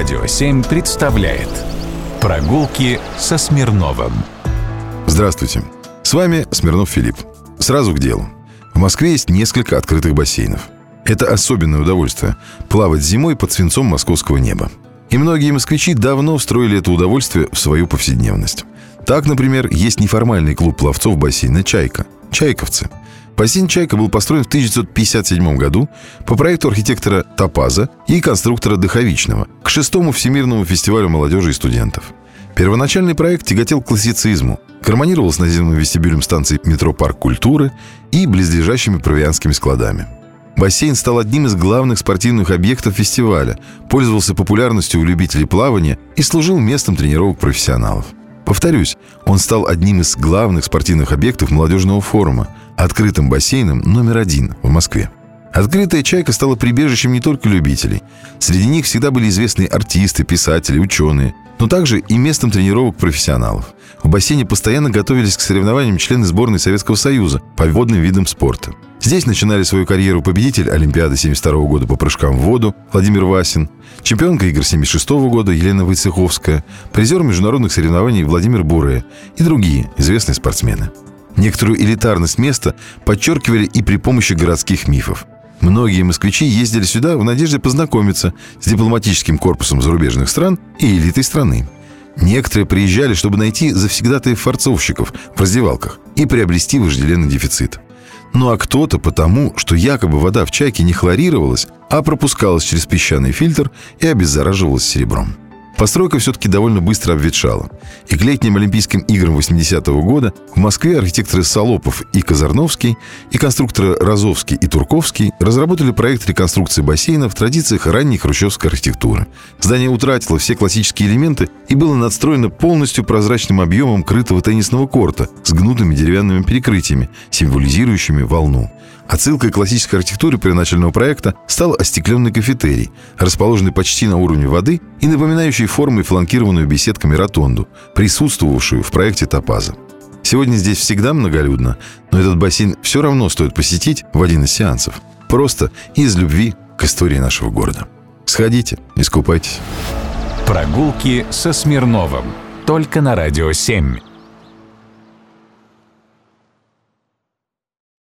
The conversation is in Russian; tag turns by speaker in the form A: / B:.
A: Радио 7 представляет «Прогулки со Смирновым».
B: Здравствуйте, с вами Смирнов Филипп. Сразу к делу. В Москве есть несколько открытых бассейнов. Это особенное удовольствие – плавать зимой под свинцом московского неба. И многие москвичи давно встроили это удовольствие в свою повседневность. Так, например, есть неформальный клуб пловцов бассейна «Чайка» – «Чайковцы». Бассейн «Чайка» был построен в 1957 году по проекту архитектора Топаза и конструктора Дыховичного к 6-му Всемирному фестивалю молодежи и студентов. Первоначальный проект тяготел к классицизму, гармонировал с наземным вестибюлем станции метро «Парк культуры» и близлежащими провианскими складами. Бассейн стал одним из главных спортивных объектов фестиваля, пользовался популярностью у любителей плавания и служил местом тренировок профессионалов. Повторюсь, он стал одним из главных спортивных объектов молодежного форума, открытым бассейном номер 1 в Москве. Открытая «Чайка» стала прибежищем не только любителей. Среди них всегда были известные артисты, писатели, ученые, но также и местом тренировок профессионалов. В бассейне постоянно готовились к соревнованиям члены сборной Советского Союза по водным видам спорта. Здесь начинали свою карьеру победитель Олимпиады 1972 года по прыжкам в воду Владимир Васин, чемпионка игр 1976 года Елена Войцеховская, призер международных соревнований Владимир Буре и другие известные спортсмены. Некоторую элитарность места подчеркивали и при помощи городских мифов. Многие москвичи ездили сюда в надежде познакомиться с дипломатическим корпусом зарубежных стран и элитой страны. Некоторые приезжали, чтобы найти завсегдатаев-форцовщиков в раздевалках и приобрести вожделенный дефицит. Ну а кто-то потому, что якобы вода в «Чайке» не хлорировалась, а пропускалась через песчаный фильтр и обеззараживалась серебром. Постройка все-таки довольно быстро обветшала. И к летним Олимпийским играм 80-го года в Москве архитекторы Солопов и Казарновский и конструкторы Розовский и Турковский разработали проект реконструкции бассейна в традициях ранней хрущевской архитектуры. Здание утратило все классические элементы и было надстроено полностью прозрачным объемом крытого теннисного корта с гнутыми деревянными перекрытиями, символизирующими волну. Отсылкой к классической архитектуре первоначального проекта стал остекленный кафетерий, расположенный почти на уровне воды и напоминающий формой фланкированную беседками ротонду, присутствовавшую в проекте Топаза. Сегодня здесь всегда многолюдно, но этот бассейн все равно стоит посетить в один из сеансов. Просто из любви к истории нашего города. Сходите, искупайтесь.
A: Прогулки со Смирновым. Только на Радио 7.